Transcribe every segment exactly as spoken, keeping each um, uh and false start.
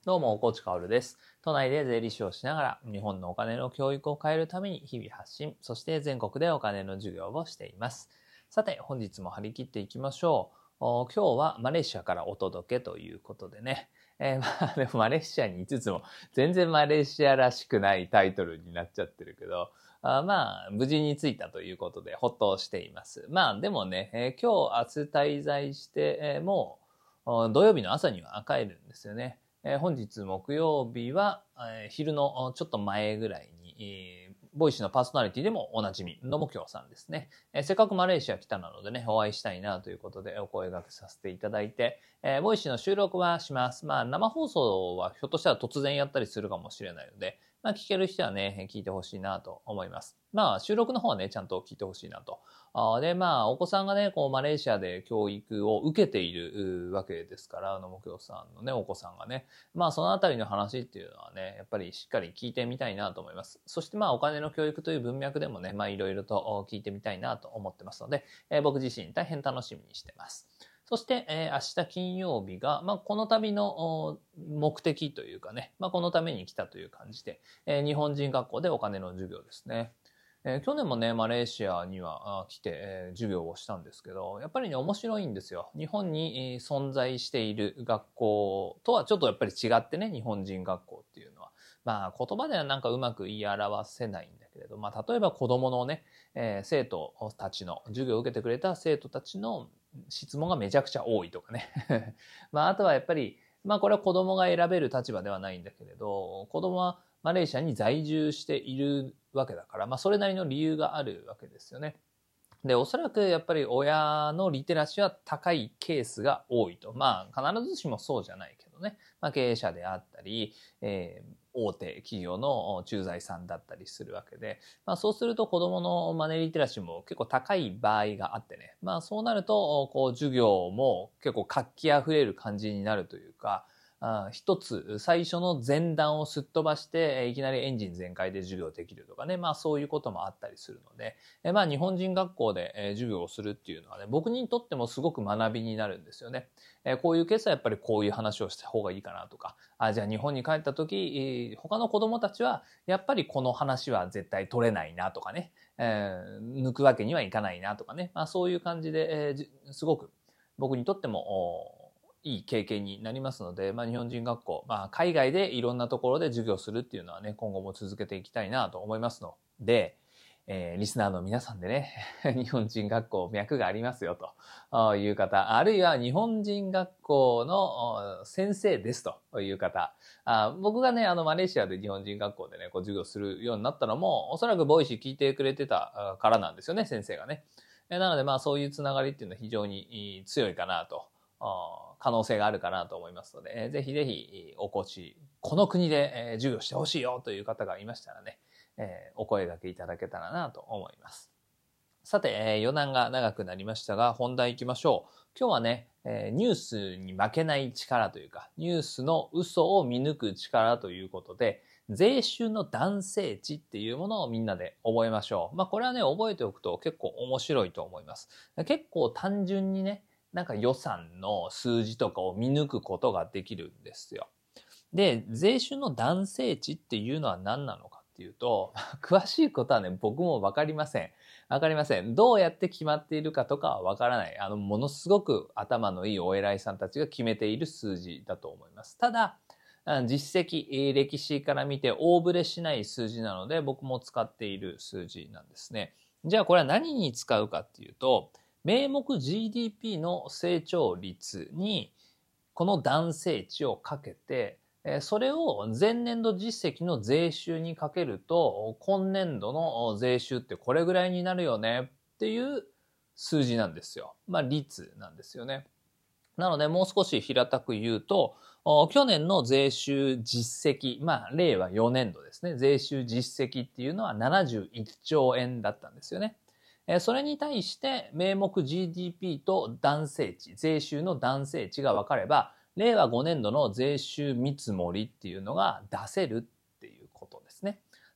どうも、コーチカオルです。都内で税理士をしながら、日本のお金の教育を変えるために日々発信、そして全国でお金の授業をしています。さて、本日も張り切っていきましょう。今日はマレーシアからお届けということでね。えー、まあでもマレーシアにいつつも全然マレーシアらしくないタイトルになっちゃってるけど、あまあ無事に着いたということでほっとしています。まあでもね、えー、今日明日滞在して、えー、もう土曜日の朝には帰るんですよね。えー、本日木曜日は、えー、昼のちょっと前ぐらいに、えー、ボイシーのパーソナリティでもおなじみのもきょうさんですね、えー。せっかくマレーシア来たなのでね、お会いしたいなということでお声掛けさせていただいて、えー、ボイシーの収録はします。まあ生放送はひょっとしたら突然やったりするかもしれないので、まあ聞ける人はね、聞いてほしいなと思います。まあ収録の方はね、ちゃんと聞いてほしいなと。で、まあお子さんがね、こうマレーシアで教育を受けているわけですから、野茂京さんのね、お子さんがね、まあそのあたりの話っていうのはね、やっぱりしっかり聞いてみたいなと思います。そしてまあお金の教育という文脈でもね、まあいろいろと聞いてみたいなと思ってますので、えー、僕自身大変楽しみにしてます。そして、えー、明日金曜日が、まあ、この旅の目的というかね、まあ、このために来たという感じで、えー、日本人学校でお金の授業ですね。えー、去年もね、マレーシアには来て、えー、授業をしたんですけど、やっぱりね、面白いんですよ。日本に存在している学校とはちょっとやっぱり違ってね、日本人学校っていうのは。まあ、言葉ではなんかうまく言い表せないんだけれど、まあ、例えば子供のね、えー、生徒たちの、授業を受けてくれた生徒たちの質問がめちゃくちゃ多いとかね。まあ、あとはやっぱり、まあ、これは子供が選べる立場ではないんだけれど、子供はマレーシアに在住しているわけだから、まあ、それなりの理由があるわけですよね。で、おそらくやっぱり親のリテラシーは高いケースが多いと。まあ、必ずしもそうじゃないけどね。まあ、経営者であったり、えー、大手企業の駐在さんだったりするわけで、まあ、そうすると子供のマネーリテラシーも結構高い場合があってね。まあ、そうなると、こう、授業も結構活気あふれる感じになるというか、あ一つ最初の前段をすっ飛ばしていきなりエンジン全開で授業できるとかね、まあそういうこともあったりするので、えまあ日本人学校で授業をするっていうのはね、僕にとってもすごく学びになるんですよね。えこういうケースはやっぱりこういう話をした方がいいかなとか、あじゃあ日本に帰った時、他の子供たちはやっぱりこの話は絶対取れないなとかね、えー、抜くわけにはいかないなとかね、まあそういう感じで、えー、すごく僕にとってもいい経験になりますので、まあ、日本人学校、まあ、海外でいろんなところで授業するっていうのはね、今後も続けていきたいなと思いますので、えー、リスナーの皆さんでね、日本人学校脈がありますよという方、あるいは日本人学校の先生ですという方、あ僕がね、あの、マレーシアで日本人学校でね、こう授業するようになったのも、おそらくボイシー聞いてくれてたからなんですよね、先生がね。なので、まあ、そういうつながりっていうのは非常に強いかなと。可能性があるかなと思いますので、ぜひぜひお越し、この国で授業してほしいよという方がいましたらね、お声掛けいただけたらなと思います。さて、余談が長くなりましたが、本題行きましょう。今日はね、ニュースに負けない力というか、ニュースの嘘を見抜く力ということで、税収の男性値っていうものをみんなで覚えましょう。まあこれはね、覚えておくと結構面白いと思います。結構単純にね、なんか予算の数字とかを見抜くことができるんですよ。で、税収の男性値っていうのは何なのかっていうと、詳しいことはね、僕もわかりません。わかりません。どうやって決まっているかとかはわからない。あの、ものすごく頭のいいお偉いさんたちが決めている数字だと思います。ただ、実績、歴史から見て大ぶれしない数字なので、僕も使っている数字なんですね。じゃあこれは何に使うかっていうと、名目 ジーディーピー の成長率にこの男性値をかけて、それを前年度実績の税収にかけると、今年度の税収ってこれぐらいになるよねっていう数字なんですよ。まあ率なんですよね。なのでもう少し平たく言うと、去年の税収実績、まあ令和よねん度ですね。税収実績っていうのはななじゅういっちょうえんだったんですよね。それに対して名目 ジーディーピー と男性値、税収の男性値が分かれば、令和ごねん度の税収見積もりっていうのが出せるっていうことですね。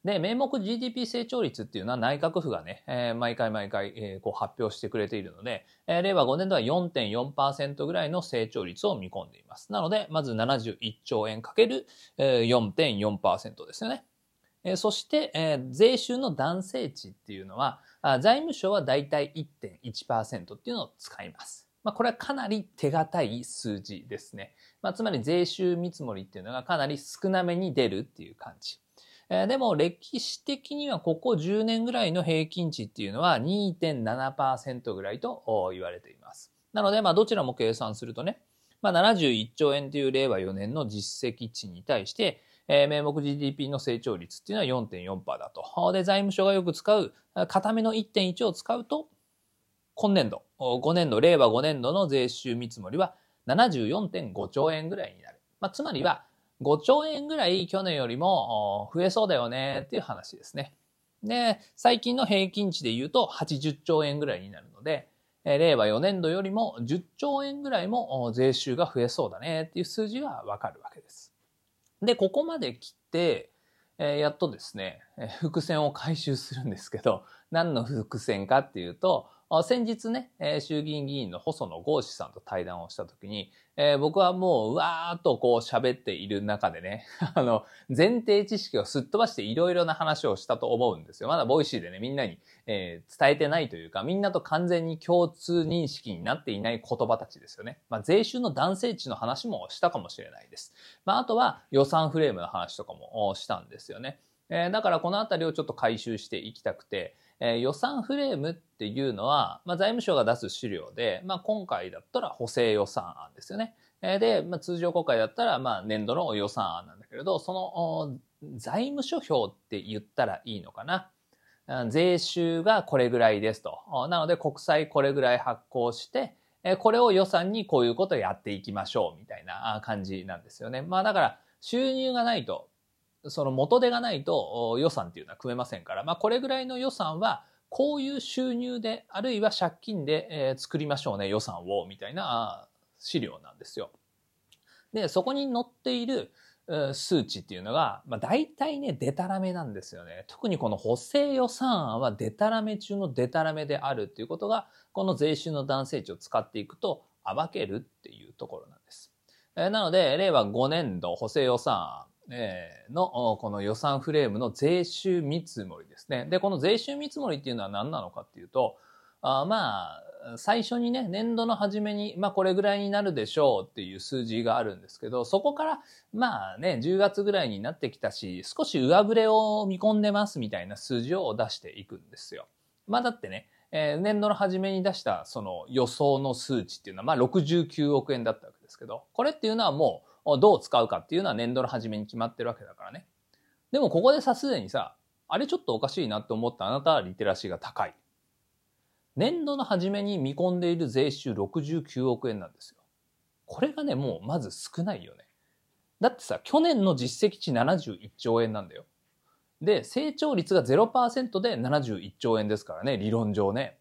で、名目 ジーディーピー 成長率っていうのは内閣府がね、えー、毎回毎回、えー、こう発表してくれているので、えー、れいわごねんどは よんてんよんパーセント ぐらいの成長率を見込んでいます。なので、まずななじゅういっちょうえんかける よんてんよんパーセント ですよね。えー、そして、えー、税収の男性値っていうのは、あ財務省はだいたい いってんいちパーセント っていうのを使います。まあ、これはかなり手堅い数字ですね。まあ、つまり税収見積もりっていうのがかなり少なめに出るっていう感じ。でも歴史的にはここじゅうねんぐらいの平均値っていうのは にてんななパーセント ぐらいと言われています。なのでまあどちらも計算するとね、まあ、ななじゅういっちょうえんというれいわよねんの実績値に対して、えー、名目 ジーディーピー の成長率っていうのは よんてんよんパーセント だと。で、財務省がよく使う固めの いってんいち を使うと、今年度、ごねんど、れいわごねんどの税収見積もりは ななじゅうよんてんごちょうえんぐらいになる。まあ、つまりは、ごちょうえんぐらい去年よりも増えそうだよねっていう話ですね。で、最近の平均値で言うとはちじゅっちょうえんぐらいになるので、れいわよねんどよりもじゅっちょうえんぐらいも税収が増えそうだねっていう数字がわかるわけです。で、ここまで来て、やっとですね、伏線を回収するんですけど、何の伏線かっていうと、先日ね、衆議院議員の細野豪志さんと対談をしたときに、えー、僕はもううわーっとこう喋っている中でね、あの、前提知識をすっ飛ばしていろいろな話をしたと思うんですよ。まだボイシーでね、みんなに、えー、伝えてないというか、みんなと完全に共通認識になっていない言葉たちですよね。まあ、税収の男性値の話もしたかもしれないです。まあ、あとは予算フレームの話とかもしたんですよね。えー、だからこのあたりをちょっと回収していきたくて、えー、予算フレームっていうのは、まあ、財務省が出す資料で、まあ、今回だったら補正予算案ですよね。えー、で、まあ、通常国会だったら、まあ、年度の予算案なんだけれど、その財務諸表って言ったらいいのかな。税収がこれぐらいですと。なので国債これぐらい発行して、これを予算にこういうことをやっていきましょうみたいな感じなんですよね。まあだから収入がないと、その元手がないと予算っていうのは組めませんから、まあこれぐらいの予算はこういう収入で、あるいは借金で作りましょうね、予算を、みたいな資料なんですよ。で、そこに載っている数値っていうのが、まあ大体ね、デタラメなんですよね。特にこの補正予算案はデタラメ中のデタラメであるっていうことが、この税収の男性値を使っていくと暴けるっていうところなんです。なので、れいわごねんど補正予算案のこの予算フレームの税収見積もりですね。で、この税収見積もりっていうのは何なのかっていうと、あまあ、最初にね、年度の初めに、まあこれぐらいになるでしょうっていう数字があるんですけど、そこからまあね、じゅうがつぐらいになってきたし、少し上振れを見込んでますみたいな数字を出していくんですよ。まあだってね、えー、年度の初めに出したその予想の数値っていうのはまあろくじゅうきゅうおくえんだったわけですけど、これっていうのはもうどう使うかっていうのは年度の初めに決まってるわけだからね。でもここでさ、すでにさ、あれちょっとおかしいなって思ったあなたはリテラシーが高い。年度の初めに見込んでいる税収ろくじゅうきゅうおくえんなんですよ。これがね、もうまず少ないよね。だってさ、去年の実績値ななじゅういっちょうえんなんだよ。で、成長率が ゼロパーセント でななじゅういっちょうえんですからね、理論上ね。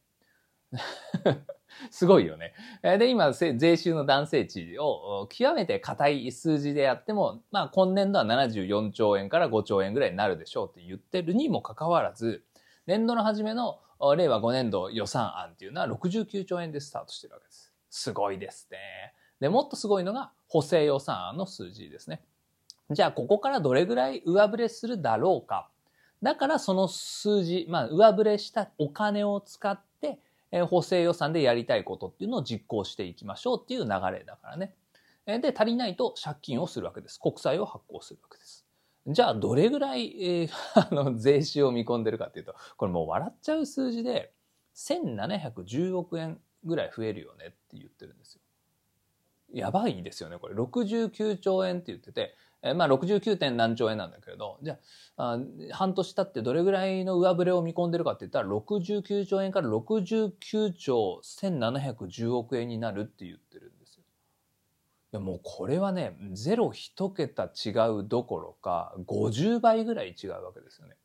すごいよね。で、今、税収の男性値を極めて硬い数字でやっても、まあ今年度はななじゅうよんちょうえんからごちょうえんぐらいになるでしょうって言ってるにもかかわらず、年度の初めのれいわごねんど予算案っていうのはろくじゅうきゅうちょうえんでスタートしてるわけです。すごいですね。で、もっとすごいのが補正予算案の数字ですね。じゃあ、ここからどれぐらい上振れするだろうか。だからその数字、まあ、上振れしたお金を使って、えー、補正予算でやりたいことっていうのを実行していきましょうっていう流れだからね。で、足りないと借金をするわけです。国債を発行するわけです。じゃあ、どれぐらい、えー、あの、税収を見込んでるかっていうと、これもう笑っちゃう数字で、せんななひゃくじゅうおくえんぐらい増えるよねって言ってるんですよ。やばいですよね、これ。ろくじゅうきゅうちょうえんって言ってて、えー、まあ ろくじゅうきゅう. 点何兆円なんだけれど、じゃあ、あ半年経ってどれぐらいの上振れを見込んでるかって言ったら、ろくじゅうきゅうちょうえんからろくじゅうきゅうちょうせんななひゃくじゅうおくえんになるって言ってるんですよ。いやもうこれはね、ゼロ一桁違うどころか、ごじゅうばいぐらい違うわけですよね。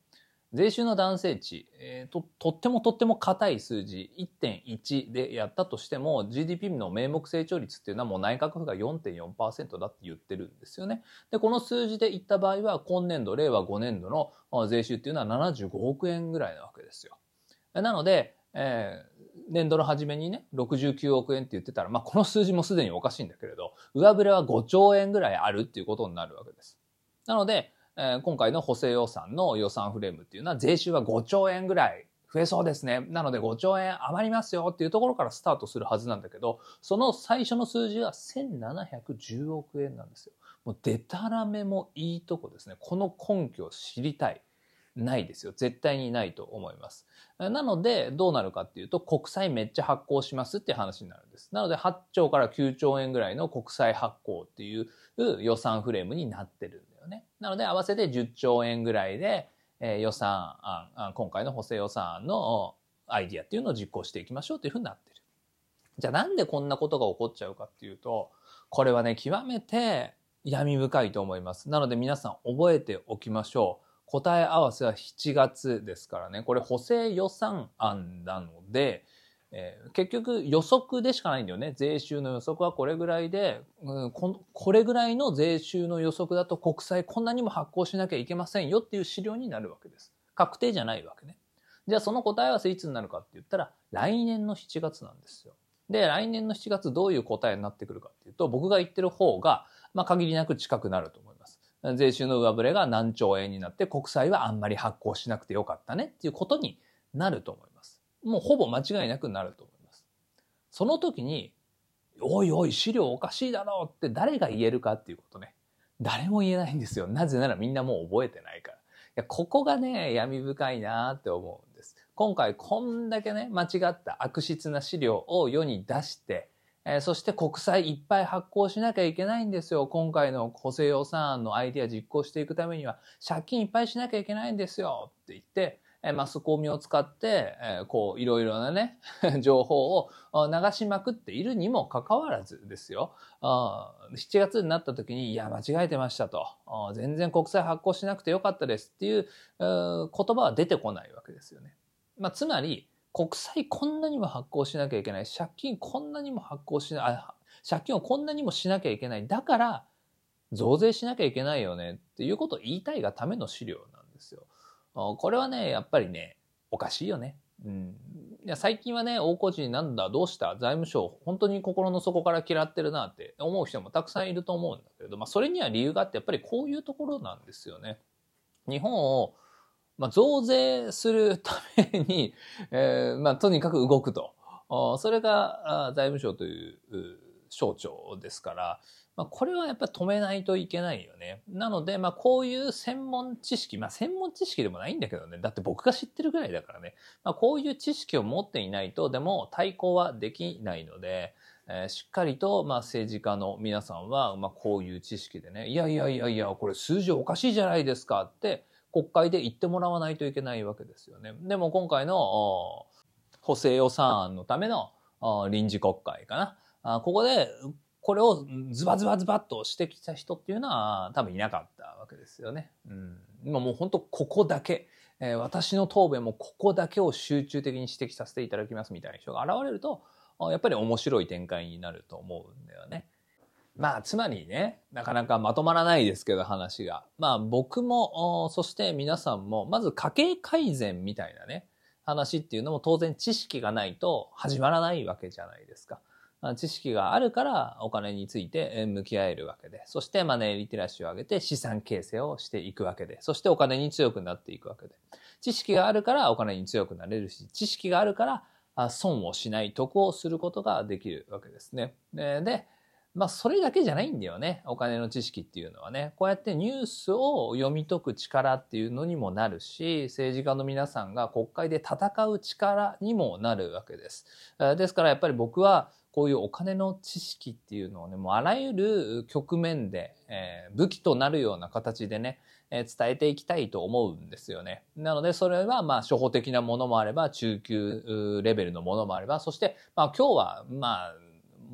税収の男性値、えー、と、とってもとっても硬い数字 いってんいち でやったとしても ジーディーピー の名目成長率っていうのはもう内閣府が よんてんよんパーセント だって言ってるんですよね。で、この数字で言った場合は今年度、令和ごねんどの税収っていうのはななじゅうごおくえんぐらいなわけですよ。なので、えー、年度の初めにね、ろくじゅうきゅうおくえんって言ってたら、まあこの数字もすでにおかしいんだけれど、上振れはごちょうえんぐらいあるっていうことになるわけです。なので、今回の補正予算の予算フレームっていうのは税収はごちょうえんぐらい増えそうですね。なのでごちょうえん余りますよっていうところからスタートするはずなんだけど、その最初の数字はせんななひゃくじゅうおくえんなんですよ。もうデタラメもいいとこですね。この根拠を知りたい。ないですよ。絶対にないと思います。なので、どうなるかっていうと、国債めっちゃ発行しますっていう話になるんです。なので、はっちょうからきゅうちょうえんぐらいの国債発行っていう予算フレームになってるんだよね。なので、合わせてじゅっちょうえんぐらいで、えー、予算案、今回の補正予算案のアイディアっていうのを実行していきましょうというふうになってる。じゃあなんでこんなことが起こっちゃうかっていうと、これはね、極めて闇深いと思います。なので皆さん覚えておきましょう。答え合わせはしちがつですからね。これ補正予算案なので、えー、結局予測でしかないんだよね。税収の予測はこれぐらいで、うん、こ, これぐらいの税収の予測だと国債こんなにも発行しなきゃいけませんよっていう資料になるわけです。確定じゃないわけね。じゃあその答え合わせいつになるかって言ったら来年のしちがつなんですよ。で、来年のしちがつどういう答えになってくるかっていうと、僕が言ってる方が、まあ限りなく近くなると思います。税収の上振れが何兆円になって国債はあんまり発行しなくてよかったねっていうことになると思います。もうほぼ間違いなくなると思います。その時に、おいおい資料おかしいだろうって誰が言えるかっていうことね。誰も言えないんですよ。なぜならみんなもう覚えてないから。いや、ここがね、闇深いなって思うんです。今回こんだけね、間違った悪質な資料を世に出して、えー、そして国債いっぱい発行しなきゃいけないんですよ。今回の補正予算案のアイディア実行していくためには借金いっぱいしなきゃいけないんですよって言って、えー、マスコミを使って、えー、こういろいろなね情報を流しまくっているにもかかわらずですよ。しちがつになった時にいや間違えてましたと、全然国債発行しなくてよかったですっていう言葉は出てこないわけですよね。まあ、つまり国債こんなにも発行しなきゃいけない。借金こんなにも発行しない。借金をこんなにもしなきゃいけない。だから、増税しなきゃいけないよねっていうことを言いたいがための資料なんですよ。これはね、やっぱりね、おかしいよね。うん。いや、最近はね、大河内なんだ、どうした財務省、本当に心の底から嫌ってるなって思う人もたくさんいると思うんだけれど、まあ、それには理由があって、やっぱりこういうところなんですよね。日本をまあ、増税するために、えーまあ、とにかく動くと。それが財務省という省庁ですから、まあ、これはやっぱり止めないといけないよね。なので、まあ、こういう専門知識、まあ、専門知識でもないんだけどね。だって僕が知ってるぐらいだからね。まあ、こういう知識を持っていないと、でも対抗はできないので、えー、しっかりと、まあ、政治家の皆さんは、まあ、こういう知識でね、いやいやいやいや、これ数字おかしいじゃないですかって、国会で言ってもらわないといけないわけですよね。でも今回の補正予算案のための臨時国会かな。ここでこれをズバズバズバッと指摘した人っていうのは多分いなかったわけですよね。うん、今もう本当ここだけ、えー、私の答弁もここだけを集中的に指摘させていただきますみたいな人が現れると、やっぱり面白い展開になると思うんだよね。まあ、つまりね、なかなかまとまらないですけど話が。まあ僕も、そして皆さんも、まず家計改善みたいなね、話っていうのも当然知識がないと始まらないわけじゃないですか。知識があるからお金について向き合えるわけで、そしてマネーリテラシーを上げて資産形成をしていくわけで、そしてお金に強くなっていくわけで。知識があるからお金に強くなれるし、知識があるから損をしない、得をすることができるわけですね。で、まあそれだけじゃないんだよね。お金の知識っていうのはね。こうやってニュースを読み解く力っていうのにもなるし、政治家の皆さんが国会で戦う力にもなるわけです。ですからやっぱり僕はこういうお金の知識っていうのをね、もうあらゆる局面で、えー、武器となるような形でね、えー、伝えていきたいと思うんですよね。なのでそれはまあ初歩的なものもあれば中級レベルのものもあれば、そしてまあ今日はまあ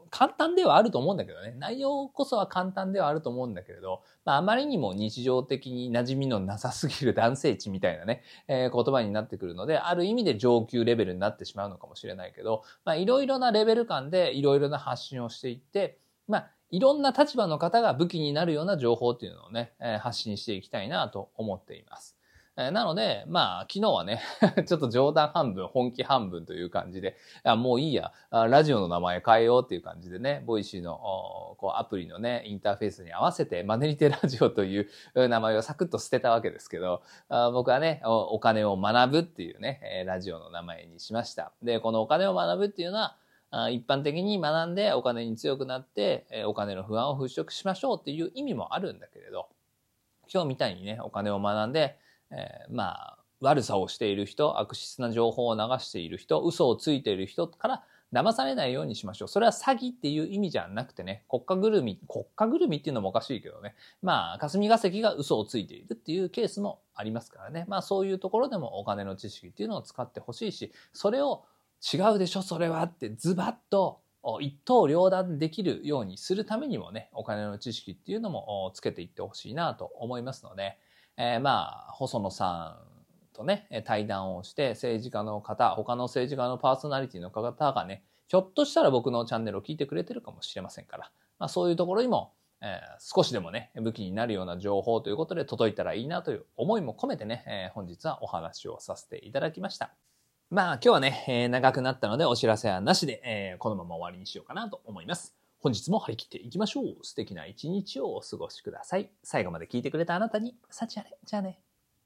簡単ではあると思うんだけどね。内容こそは簡単ではあると思うんだけれど、まあ、あまりにも日常的に馴染みのなさすぎる男性値みたいなね、えー、言葉になってくるので、ある意味で上級レベルになってしまうのかもしれないけど、まあ、いろいろなレベル感でいろいろな発信をしていって、まあ、いろんな立場の方が武器になるような情報っていうのをね、えー、発信していきたいなと思っています。なので、まあ、昨日はね、ちょっと冗談半分、本気半分という感じで、あもういいや、ラジオの名前変えようっていう感じでね、ボイシーのこうアプリのね、インターフェースに合わせて、マネリテラジオという名前をサクッと捨てたわけですけど、僕はね、お金を学ぶっていうね、ラジオの名前にしました。で、このお金を学ぶっていうのは、一般的に学んでお金に強くなって、お金の不安を払拭しましょうっていう意味もあるんだけれど、今日みたいにね、お金を学んで、えー、まあ、悪さをしている人、悪質な情報を流している人、嘘をついている人から騙されないようにしましょう。それは詐欺っていう意味じゃなくてね、国家ぐるみ、国家ぐるみっていうのもおかしいけどね、まあ、霞が関が嘘をついているっていうケースもありますからね。まあ、そういうところでもお金の知識っていうのを使ってほしいし、それを違うでしょ、それはってズバッと一刀両断できるようにするためにもね、お金の知識っていうのもつけていってほしいなと思いますので、えー、まあ、細野さんとね、対談をして、政治家の方、他の政治家のパーソナリティの方がね、ひょっとしたら僕のチャンネルを聞いてくれてるかもしれませんから、まあ、そういうところにも、えー、少しでもね、武器になるような情報ということで届いたらいいなという思いも込めてね、えー、本日はお話をさせていただきました。まあ今日はね、えー、長くなったのでお知らせはなしで、えー、このまま終わりにしようかなと思います。本日も張り切っていきましょう。素敵な一日をお過ごしください。最後まで聞いてくれたあなたに、幸あれ。じゃあね。